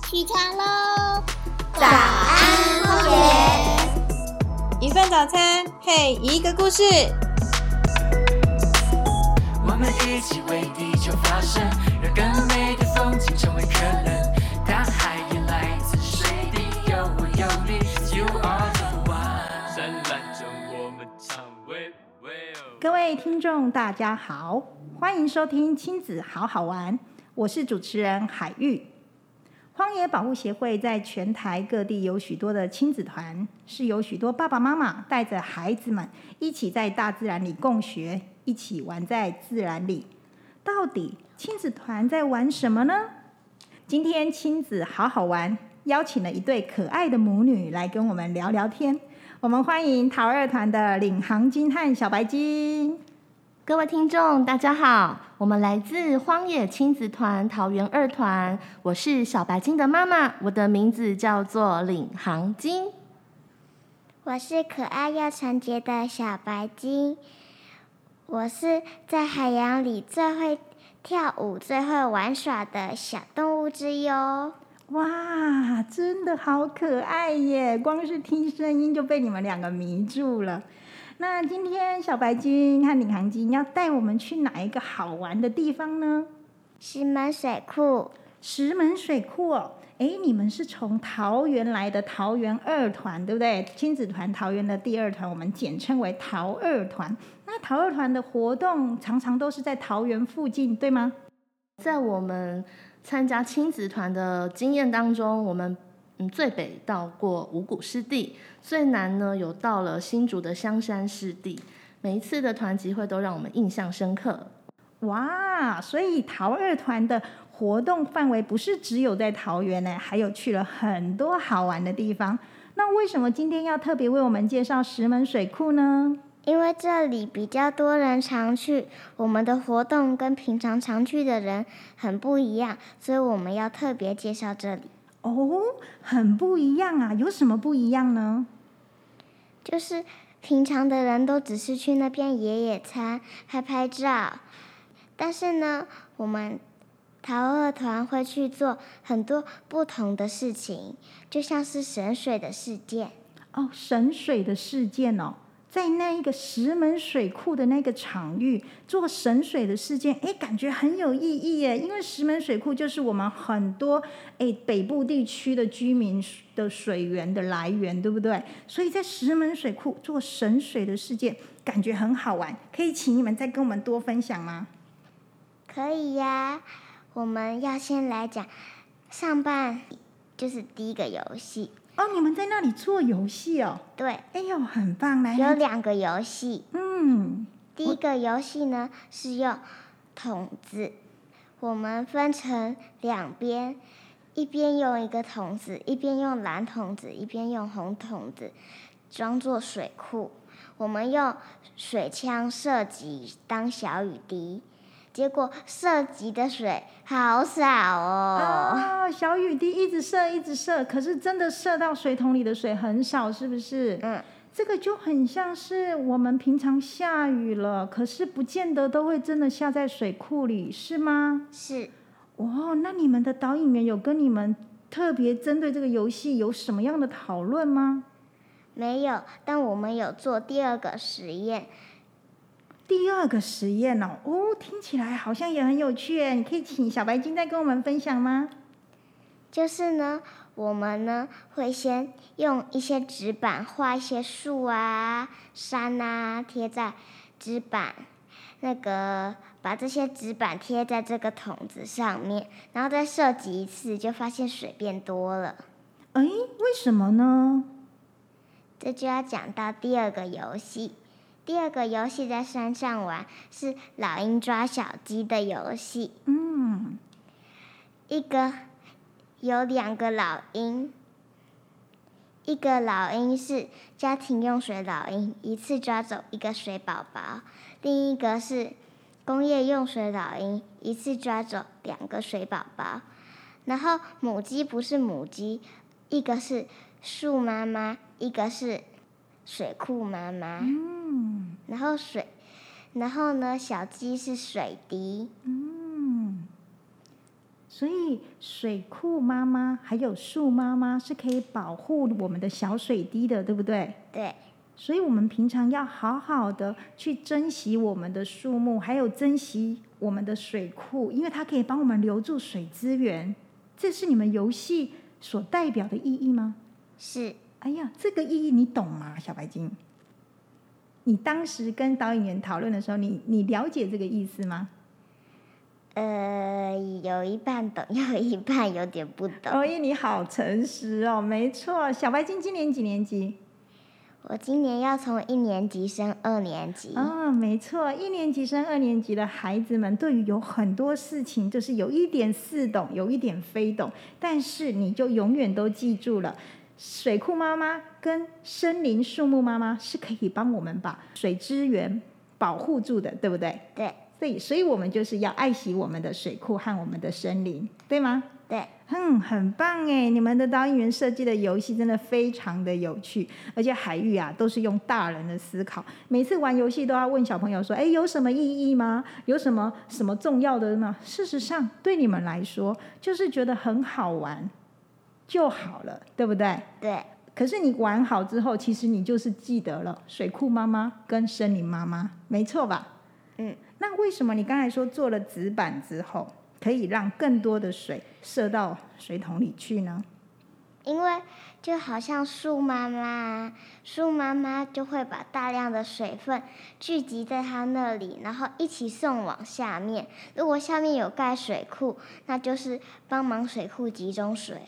起床喽！ 早安，荒野。 一份早餐配一个故事。 我们一起为地球发声，让更美的风景成为可能。大海也来自水滴，有我有你 ，You are the one。灿烂中我们唱喂喂哦。 各位听众大家好，欢迎收听亲子好好玩，我是主持人海玉。荒野保护协会在全台各地有许多的亲子团，是由许多爸爸妈妈带着孩子们一起在大自然里共学，一起玩在自然里。到底亲子团在玩什么呢？今天亲子好好玩，邀请了一对可爱的母女来跟我们聊聊天。我们欢迎桃二团的领航金和小白金。 各位听众大家好，我们来自荒野亲子团桃园二团，我是小白金的妈妈，我的名字叫做领航金。 我是可爱又纯洁的小白金，我是在海洋里最会跳舞、最会玩耍的小动物之一哦。 哇，真的好可爱耶！光是听声音就被你们两个迷住了。那今天小白金和领航金要带我们去哪一个好玩的地方呢？ 石门水库。 石门水库哦，你们是从桃园来的桃园二团，对不对？亲子团桃园的第二团，我们简称为桃二团。那桃二团的活动常常都是在桃园附近，对吗？ 在我们参加亲子团的经验当中，我们最北到过五股湿地，最南呢有到了新竹的香山湿地。每一次的团集会都让我们印象深刻。 哇，所以桃二团的活动范围不是只有在桃园呢，还有去了很多好玩的地方。那为什么今天要特别为我们介绍石门水库呢？ 因为这里比较多人常去，我们的活动跟平常常去的人很不一样，所以我们要特别介绍这里。 哦，很不一样啊，有什么不一样呢？ 就是平常的人都只是去那边野野餐、拍拍照，但是呢，我们桃二团会去做很多不同的事情，就像是神水的事件。 哦，神水的事件哦，在那一个石门水库的那个场域做神水的事件，感觉很有意义耶。因为石门水库就是我们很多北部地区的居民的水源的来源，对不对？所以在石门水库做神水的事件，感觉很好玩。可以请你们再跟我们多分享吗？ 可以呀，我们要先来讲上半，就是第一个游戏。 哦，你们在那里做游戏哦？ 对。 哎呦，很棒！来， 有2个游戏。第一个游戏呢是用桶子，我们分成2边，一边用一个桶子，一边用蓝桶子，一边用红桶子，装作水库。我们用水枪射击当小雨滴，结果射击的水好少哦。 小雨滴一直射一直射，可是真的射到水桶里的水很少，是不是？这个就很像是我们平常下雨了，可是不见得都会真的下在水库里，是吗？ 是。 那你们的导引员有跟你们特别针对这个游戏有什么样的讨论吗？ 没有，但我们有做第2个实验。 第2个实验哦，听起来好像也很有趣耶。你可以请小白金再跟我们分享吗？ 就是呢，我们呢会先用一些纸板画一些树啊、山啊，贴在纸板，把这些纸板贴在这个桶子上面，然后再射击一次，就发现水变多了。 为什么呢？ 这就要讲到第2个游戏。第2个游戏在山上玩，是老鹰抓小鸡的游戏。有2个老鹰，一个老鹰是家庭用水老鹰，一次抓走1个水宝宝；另一个是工业用水老鹰，一次抓走2个水宝宝。然后母鸡不是母鸡，一个是树妈妈，一个是水库妈妈。然后呢，小鸡是水滴。 所以水库妈妈还有树妈妈是可以保护我们的小水滴的，对不对？ 对， 所以我们平常要好好的去珍惜我们的树木，还有珍惜我们的水库，因为它可以帮我们留住水资源。这是你们游戏所代表的意义吗？ 是。 哎呀，这个意义你懂吗，小白鲸？你当时跟导演员讨论的时候，你了解这个意思吗？ 有一半懂，有一半有点不懂。 哦，你好诚实哦，没错。小白鲸今年几年级？ 我今年要从1年级升2年级。 没错，1年级升2年级的孩子们，对于有很多事情就是有一点似懂，有一点非懂，但是你就永远都记住了，水库妈妈跟森林树木妈妈是可以帮我们把水资源保护住的，对不对？ 对。 所以我们就是要爱惜我们的水库和我们的森林，对吗？ 对。 很棒哎！你们的导演员设计的游戏真的非常的有趣，而且海域啊都是用大人的思考，每次玩游戏都要问小朋友说，有什么意义吗？有什么重要的吗？事实上对你们来说就是觉得很好玩就好了，对不对？ 对。 可是你玩好之后，其实你就是记得了水库妈妈跟森林妈妈，没错吧？那为什么你刚才说做了纸板之后可以让更多的水射到水桶里去呢？ 因为就好像树妈妈就会把大量的水分聚集在它那里，然后一起送往下面。如果下面有盖水库，那就是帮忙水库集中水。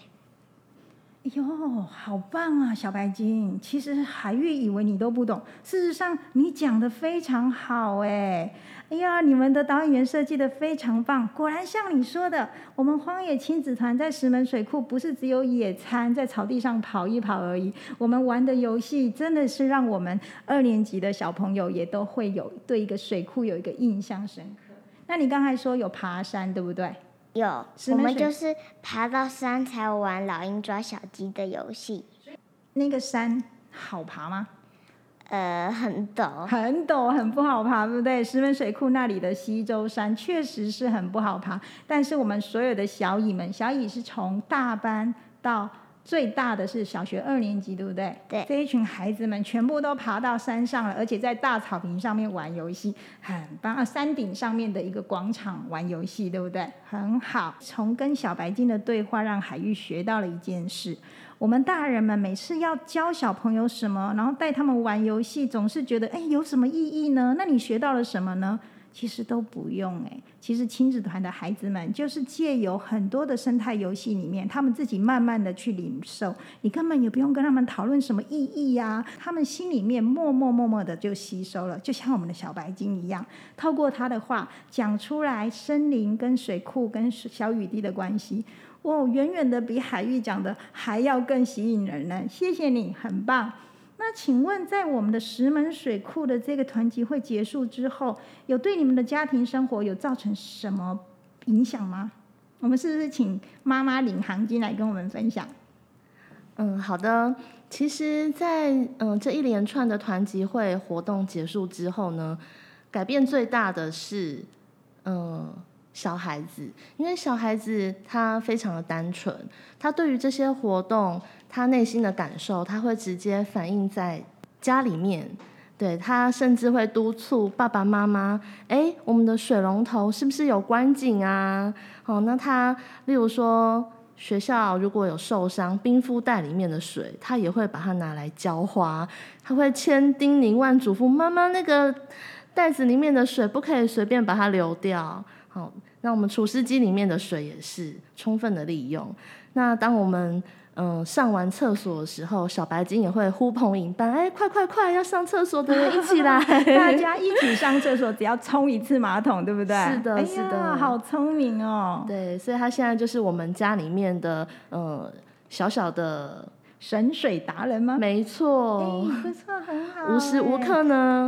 好棒啊，小白鲸！其实海玉以为你都不懂，事实上你讲得非常好哎。你们的导演员设计得非常棒，果然像你说的，我们荒野亲子团在石门水库不是只有野餐，在草地上跑一跑而已。我们玩的游戏真的是让我们2年级的小朋友也都会有对一个水库有一个印象深刻。那你刚才说有爬山，对不对？ 有，我们就是爬到山才玩老鹰抓小鸡的游戏。 那个山好爬吗？ 很陡， 很陡，很不好爬，对不对？石门水库那里的西周山确实是很不好爬，但是我们所有的小乙们，小乙是从大班到最大的是小学2年级，对不对？ 对。 这一群孩子们全部都爬到山上了，而且在大草坪上面玩游戏，很棒。山顶上面的一个广场玩游戏，对不对？很好。从跟小白鲸的对话，让海玉学到了一件事。我们大人们每次要教小朋友什么，然后带他们玩游戏，总是觉得有什么意义呢？那你学到了什么呢？其实都不用其实亲子团的孩子们就是借由很多的生态游戏里面，他们自己慢慢的去领受，你根本也不用跟他们讨论什么意义呀，他们心里面默默的就吸收了，就像我们的小白鲸一样，透过他的话讲出来森林跟水库跟小雨滴的关系，远远的比海玉讲的还要更吸引人呢。谢谢你，很棒。那请问在我们的石门水库的这个团集会结束之后，有对你们的家庭生活有造成什么影响吗？我们是不是请妈妈领航机来跟我们分享？ 好的。其实在这一连串的团集会活动结束之后呢，改变最大的是小孩子，因为小孩子他非常的单纯，他对于这些活动他内心的感受他会直接反映在家里面，对，他甚至会督促爸爸妈妈，我们的水龙头是不是有关紧啊？那他例如说学校如果有受伤，冰敷袋里面的水他也会把它拿来浇花，他会千叮咛万嘱咐妈妈，那个袋子里面的水不可以随便把它流掉。那我们除湿机里面的水也是充分的利用。那当我们上完厕所的时候，小白鲸也会呼朋引伴，快要上厕所的人一起来大家一起上厕所，只要冲一次马桶，对不对？ 是的，是的， 好聪明哦。 对，所以他现在就是我们家里面的小小的省水达人吗？ 没错， 不错，很好。 无时无刻呢，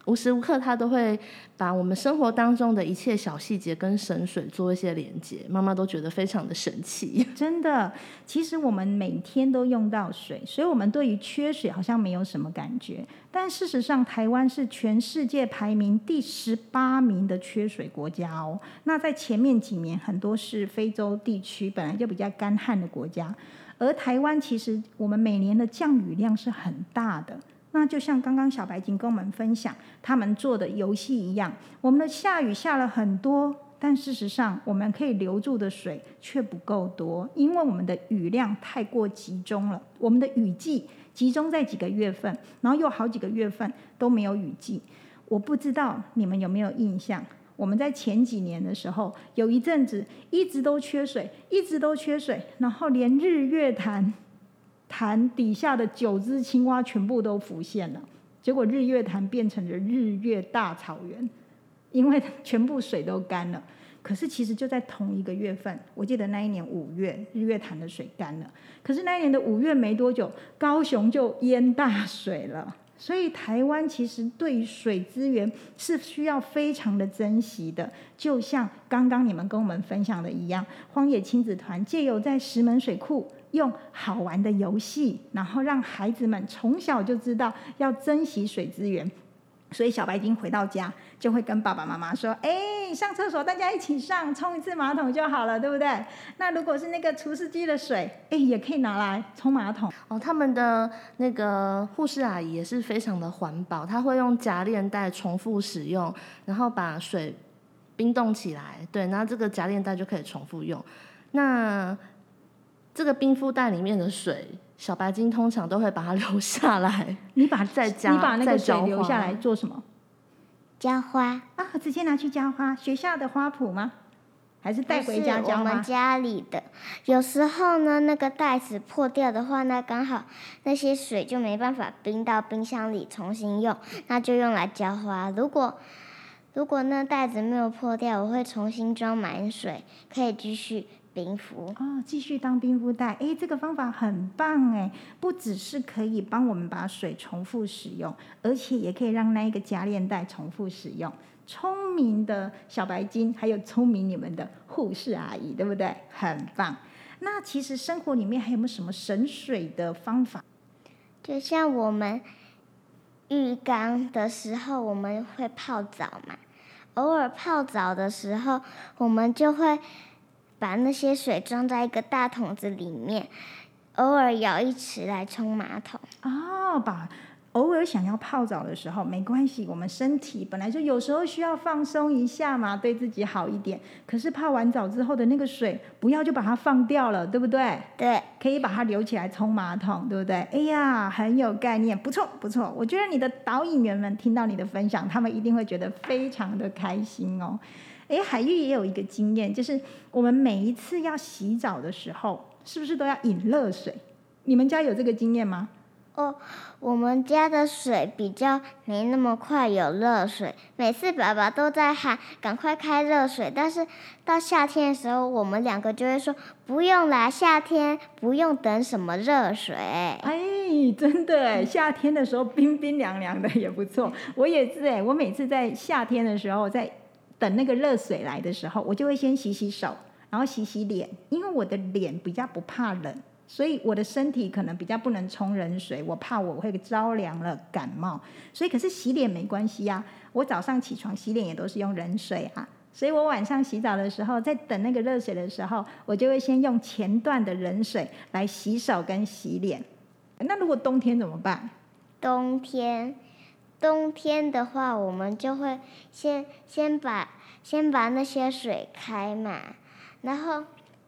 无时无刻他都会把我们生活当中的一切小细节跟省水做一些连接，妈妈都觉得非常的神奇。 真的，其实我们每天都用到水，所以我们对于缺水好像没有什么感觉。但事实上，台湾是全世界排名第18名的缺水国家哦。那在前面几年，很多是非洲地区本来就比较干旱的国家，而台湾其实我们每年的降雨量是很大的。那就像刚刚小白鲸跟我们分享他们做的游戏一样，我们的下雨下了很多，但事实上我们可以留住的水却不够多，因为我们的雨量太过集中了，我们的雨季集中在几个月份，然后又好几个月份都没有雨季。我不知道你们有没有印象，我们在前几年的时候有一阵子一直都缺水，然后连日月潭底下的9只青蛙全部都浮现了，结果日月潭变成了日月大草原，因为全部水都干了。可是其实就在同一个月份，我记得那一年5月日月潭的水干了，可是那一年的5月没多久，高雄就淹大水了。所以台湾其实对于水资源是需要非常的珍惜的，就像刚刚你们跟我们分享的一样，荒野亲子团借由在石门水库用好玩的游戏，然后让孩子们从小就知道要珍惜水资源。所以小白鲸回到家就会跟爸爸妈妈说，上厕所大家一起上，冲一次马桶就好了，对不对？那如果是那个除湿机的水，也可以拿来冲马桶。 他们的那个护士阿姨也是非常的环保，她会用夹链袋重复使用，然后把水冰冻起来，对，然后这个夹链袋就可以重复用。那这个冰敷袋里面的水，小白鲸通常都会把它留下来。 你把那个水留下来做什么？ 浇花啊，直接拿去浇花？学校的花圃吗？还是带回家浇花？ 我们家里的。有时候呢，那个袋子破掉的话，那刚好那些水就没办法冰到冰箱里重新用，那就用来浇花。如果那袋子没有破掉，我会重新装满水，可以继续冰敷。 继续当冰敷袋。这个方法很棒不只是可以帮我们把水重复使用，而且也可以让那一个夹链袋重复使用。聪明的小白鲸，还有聪明你们的护士阿姨，对不对？很棒。那其实生活里面还有没有什么省水的方法？ 就像我们浴缸的时候，我们会泡澡嘛，偶尔泡澡的时候，我们就会把那些水装在一个大桶子里面，偶尔舀一匙来冲马桶。 偶尔想要泡澡的时候没关系，我们身体本来就有时候需要放松一下嘛，对自己好一点。可是泡完澡之后的那个水，不要就把它放掉了，对不对？ 对， 可以把它留起来冲马桶，对不对？很有概念，不错不错。我觉得你的导引员们听到你的分享，他们一定会觉得非常的开心哦。海玉也有一个经验，就是我们每一次要洗澡的时候，是不是都要饮热水？你们家有这个经验吗？ 我们家的水比较没那么快有热水，每次爸爸都在喊赶快开热水，但是到夏天的时候，我们2个就会说不用啦，夏天不用等什么热水。 真的夏天的时候冰冰凉凉的也不错。我也是我每次在夏天的时候，在等那个热水来的时候，我就会先洗洗手，然后洗洗脸，因为我的脸比较不怕冷，所以我的身体可能比较不能冲冷水，我怕我会着凉了感冒。所以可是洗脸没关系啊，我早上起床洗脸也都是用冷水啊，所以我晚上洗澡的时候，在等那个热水的时候，我就会先用前段的冷水来洗手跟洗脸。那如果冬天怎么办？ 冬天的话，我们就会先把那些水开嘛，然后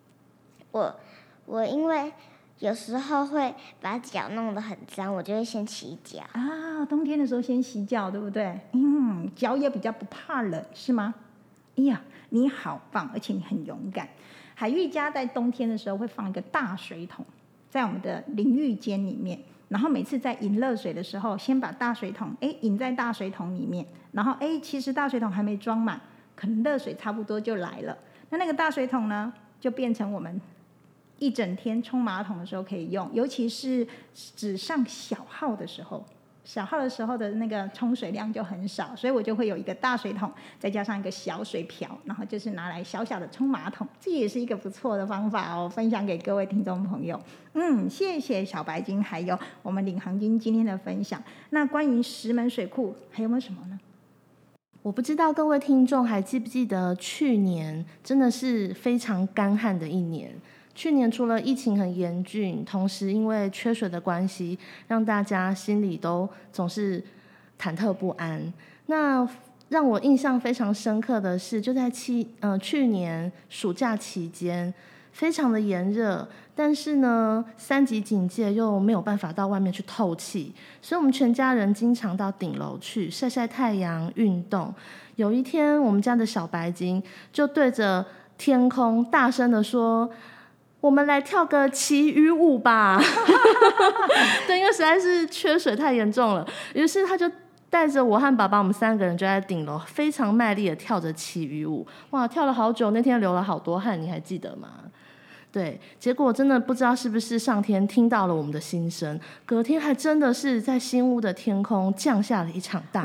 我因为有时候会把脚弄得很脏，我就会先洗脚。 冬天的时候先洗脚，对不对？脚也比较不怕冷，是吗？你好棒，而且你很勇敢。海玉家在冬天的时候会放一个大水桶在我们的淋浴间里面，然后每次在饮热水的时候，先把大水桶饮在大水桶里面，然后其实大水桶还没装满，可能热水差不多就来了。那个大水桶呢，就变成我们一整天冲马桶的时候可以用，尤其是只上小号的时候， 小号的时候的那个冲水量就很少，所以我就会有一个大水桶，再加上一个小水瓢，然后就是拿来小小的冲马桶，这也是一个不错的方法哦，分享给各位听众朋友。谢谢小白鲸还有我们领航鲸今天的分享。那关于石门水库还有没有什么呢？ 我不知道各位听众还记不记得，去年真的是非常干旱的一年。去年除了疫情很严峻，同时因为缺水的关系，让大家心里都总是忐忑不安。那让我印象非常深刻的是，就在去年暑假期间，非常的炎热，但是呢3级警戒又没有办法到外面去透气，所以我们全家人经常到顶楼去晒晒太阳运动。有一天我们家的小白鲸就对着天空大声的说，我们来跳个旗语舞吧对，因为实在是缺水太严重了，于是他就带着我和爸爸，我们3个人就在顶楼非常卖力的跳着旗语舞。哇，跳了好久，那天流了好多汗，你还记得吗？对，结果真的不知道是不是上天听到了我们的心声，隔天还真的是在新屋的天空降下了一场大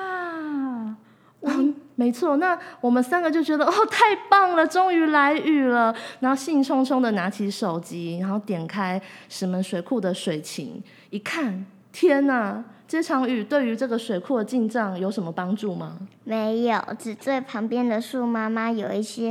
雨。没错，那我们3个就觉得太棒了，终于来雨了，然后兴冲冲的拿起手机，然后点开石门水库的水情，一看，天哪，这场雨对于这个水库的进账有什么帮助吗？ 没有，只对旁边的树妈妈有一些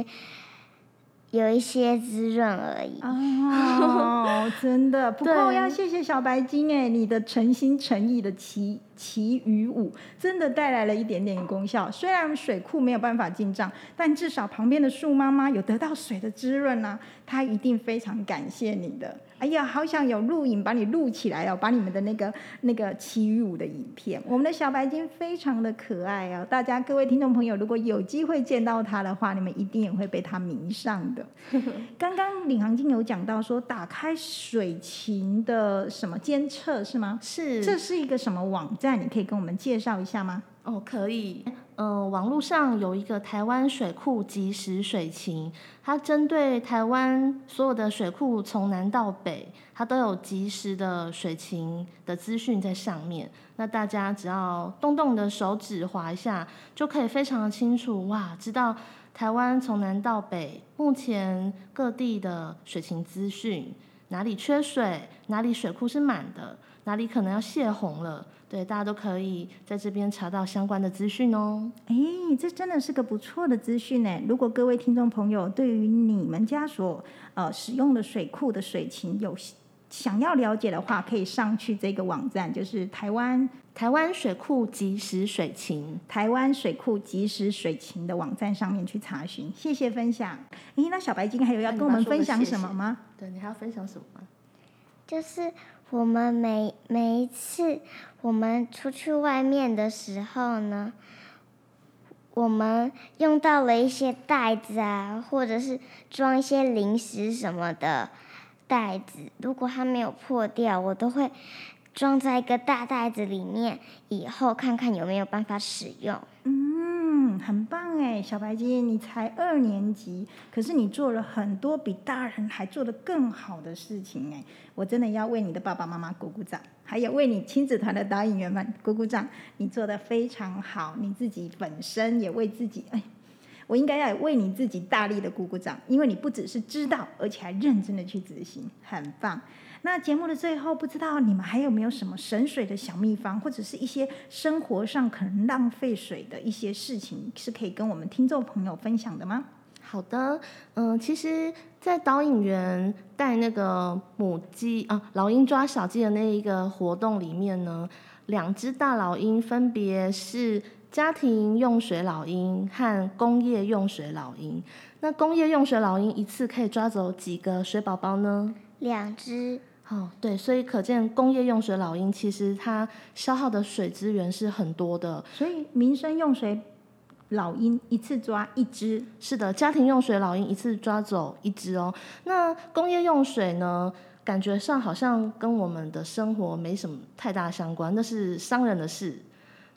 滋润而已。 真的，不过要谢谢小白鲸你的诚心诚意的旗语舞真的带来了一点点功效。虽然水库没有办法进账，但至少旁边的树妈妈有得到水的滋润啊，她一定非常感谢你的。哎呀，好想有录影把你录起来把你们的那个旗语舞的影片。我们的小白鲸非常的可爱大家各位听众朋友，如果有机会见到它的话，你们一定也会被它迷上的。刚刚领航鲸有讲到说打开水情的什么监测是吗？ 是， 这是一个什么网站？你可以跟我们介绍一下吗？ 可以。网络上有一个台湾水库即时水情，它针对台湾所有的水库从南到北，它都有即时的水情的资讯在上面。那大家只要动动你的手指滑一下，就可以非常的清楚，哇，知道台湾从南到北目前各地的水情资讯，哪里缺水，哪里水库是满的，哪里可能要泄洪了。对，大家都可以在这边查到相关的资讯哦。 这真的是个不错的资讯呢。如果各位听众朋友对于你们家所使用的水库的水情有想要了解的话，可以上去这个网站，就是台湾水库即时水情， 台湾水库即时水情的网站上面去查询。谢谢分享。那小白鲸还有要跟我们分享什么吗？ 对，你还要分享什么吗？ 就是我们每一次我们出去外面的时候呢，我们用到了一些袋子啊，或者是装一些零食什么的袋子，如果它没有破掉，我都会装在一个大袋子里面，以后看看有没有办法使用。 很棒哎，小白鲸，你才2年级，可是你做了很多比大人还做得更好的事情哎，我真的要为你的爸爸妈妈鼓鼓掌，还有为你亲子团的导引员们鼓鼓掌，你做得非常好，你自己本身也为自己我应该要为你自己大力的鼓鼓掌，因为你不只是知道，而且还认真的去执行，很棒。那节目的最后，不知道你们还有没有什么省水的小秘方，或者是一些生活上可能浪费水的一些事情，是可以跟我们听众朋友分享的吗？ 好的，其实在导引员带那个母鸡老鹰抓小鸡的那一个活动里面呢，2只大老鹰分别是家庭用水老鹰和工业用水老鹰。那工业用水老鹰一次可以抓走几个水宝宝呢？2只。对，所以可见工业用水老鹰其实它消耗的水资源是很多的。 所以民生用水老鹰一次抓1只。 是的，家庭用水老鹰一次抓走1只哦。那工业用水呢，感觉上好像跟我们的生活没什么太大相关，那是商人的事。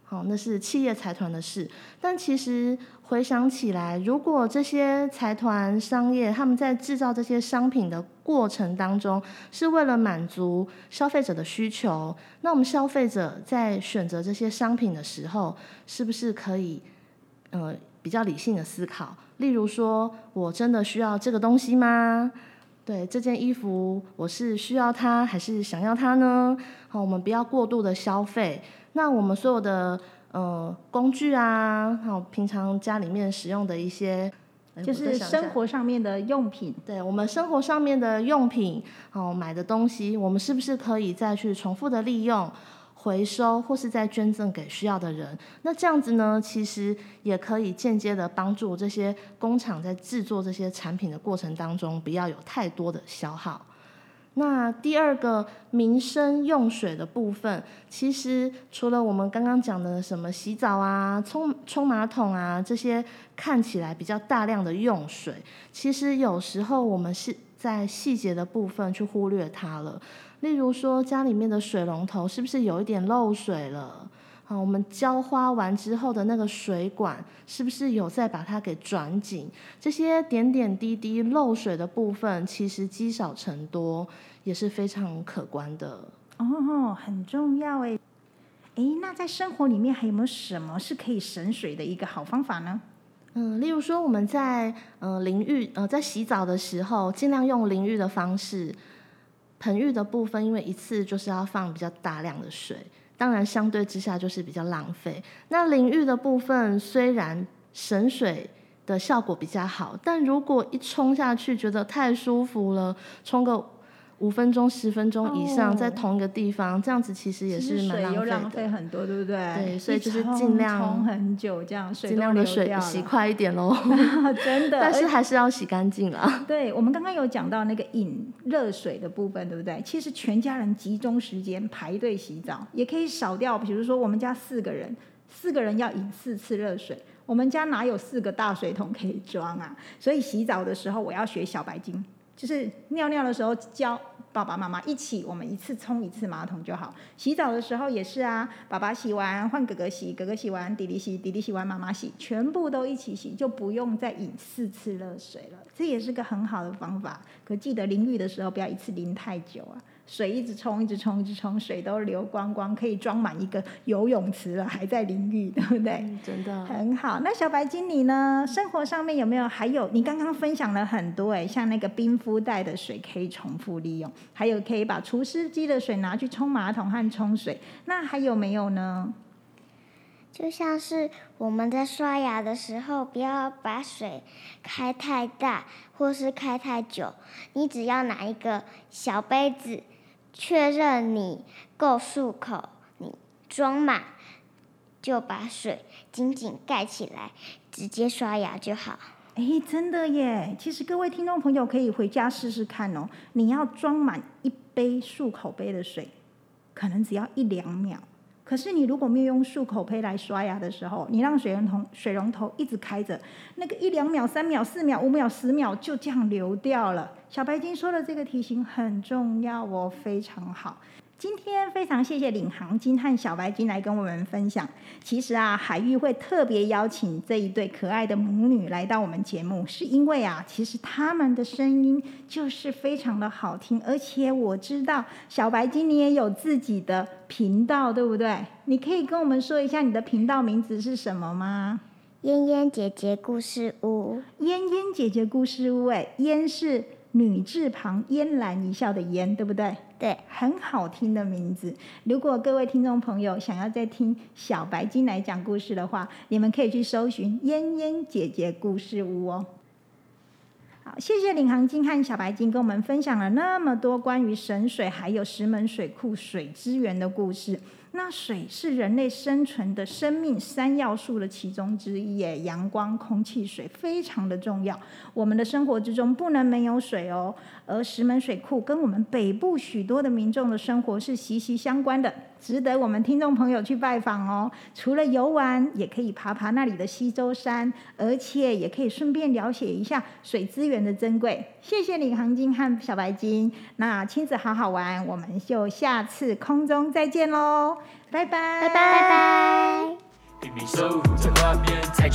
那是企业财团的事。但其实回想起来，如果这些财团商业他们在制造这些商品的过程当中是为了满足消费者的需求，那我们消费者在选择这些商品的时候，是不是可以比较理性的思考？例如说，我真的需要这个东西吗？对，这件衣服我是需要它还是想要它呢？我们不要过度的消费。那我们所有的工具啊，平常家里面使用的一些， 就是生活上面的用品。 对，我们生活上面的用品，买的东西，我们是不是可以再去重复的利用、回收，或是再捐赠给需要的人？那这样子呢，其实也可以间接的帮助这些工厂在制作这些产品的过程当中，不要有太多的消耗。那第二个民生用水的部分，其实除了我们刚刚讲的什么洗澡啊、冲马桶啊这些看起来比较大量的用水，其实有时候我们是在细节的部分去忽略它了。例如说家里面的水龙头是不是有一点漏水了？我们浇花完之后的那个水管是不是有再把它给转紧？这些点点滴滴漏水的部分，其实积少成多，也是非常可观的。 很重要哎。那在生活里面还有没有什么是可以省水的一个好方法呢？ 例如说我们在淋浴在洗澡的时候，尽量用淋浴的方式。盆浴的部分，因为一次就是要放比较大量的水，当然相对之下就是比较浪费。那淋浴的部分虽然省水的效果比较好，但如果一冲下去觉得太舒服了，冲个5分钟、10分钟以上，在同一个地方，这样子其实也是蛮浪费的。 水又浪费很多，对不对？ 对，所以就是尽量冲很久，这样水尽量的水洗快一点咯。 真的， 但是还是要洗干净啦。 对，我们刚刚有讲到那个饮热水的部分，对不对？其实全家人集中时间排队洗澡，也可以少掉。比如说我们家4个人要饮4次热水，我们家哪有4个大水桶可以装啊？所以洗澡的时候，我要学小白鲸。就是尿尿的时候教爸爸妈妈一起，我们一次冲1次马桶就好。洗澡的时候也是啊，爸爸洗完换哥哥洗，哥哥洗完弟弟洗，弟弟洗完妈妈洗，全部都一起洗，就不用再饮4次热水了。这也是个很好的方法。可记得淋浴的时候不要一次淋太久啊，水一直冲，水都流光光，可以装满一个游泳池了，还在淋浴，对不对？ 真的很好。那小白经理呢？生活上面有没有？还有你刚刚分享了很多像那个冰敷袋的水可以重复利用，还有可以把除湿机的水拿去冲马桶和冲水。那还有没有呢？ 就像是我们在刷牙的时候，不要把水开太大或是开太久，你只要拿一个小杯子，确认你够漱口，你装满，就把水紧紧盖起来，直接刷牙就好。 真的耶！其实各位听众朋友可以回家试试看哦。你要装满1杯漱口杯的水，可能只要1-2秒。可是你如果没有用漱口杯来刷牙的时候，你让水龙头一直开着，那个1-2秒、3秒、4秒、5秒、10秒就这样流掉了。小白鲸说的这个提醒很重要哦，非常好。今天非常谢谢领航鲸和小白鲸来跟我们分享。其实海玉会特别邀请这一对可爱的母女来到我们节目，是因为其实他们的声音就是非常的好听，而且我知道小白鲸你也有自己的频道，对不对？你可以跟我们说一下你的频道名字是什么吗？ 燕燕姐姐故事屋。 燕燕姐姐故事屋，燕是女字旁嫣然一笑的嫣，对不对？ 对， 很好听的名字。如果各位听众朋友想要再听小白鲸来讲故事的话，你们可以去搜寻燕燕姐姐故事屋哦。好，谢谢领航鲸和小白鲸跟我们分享了那么多关于省水还有石门水库水资源的故事。那水是人类生存的生命3要素的其中之一耶，阳光、空气、水非常的重要，我们的生活之中不能没有水哦。而石门水库跟我们北部许多的民众的生活是息息相关的，值得我们听众朋友去拜访哦。除了游玩，也可以爬爬那里的西周山，而且也可以顺便了解一下水资源的珍贵。谢谢领航鲸和小白鲸，那亲子好好玩，我们就下次空中再见咯，拜拜， 拜拜。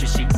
学行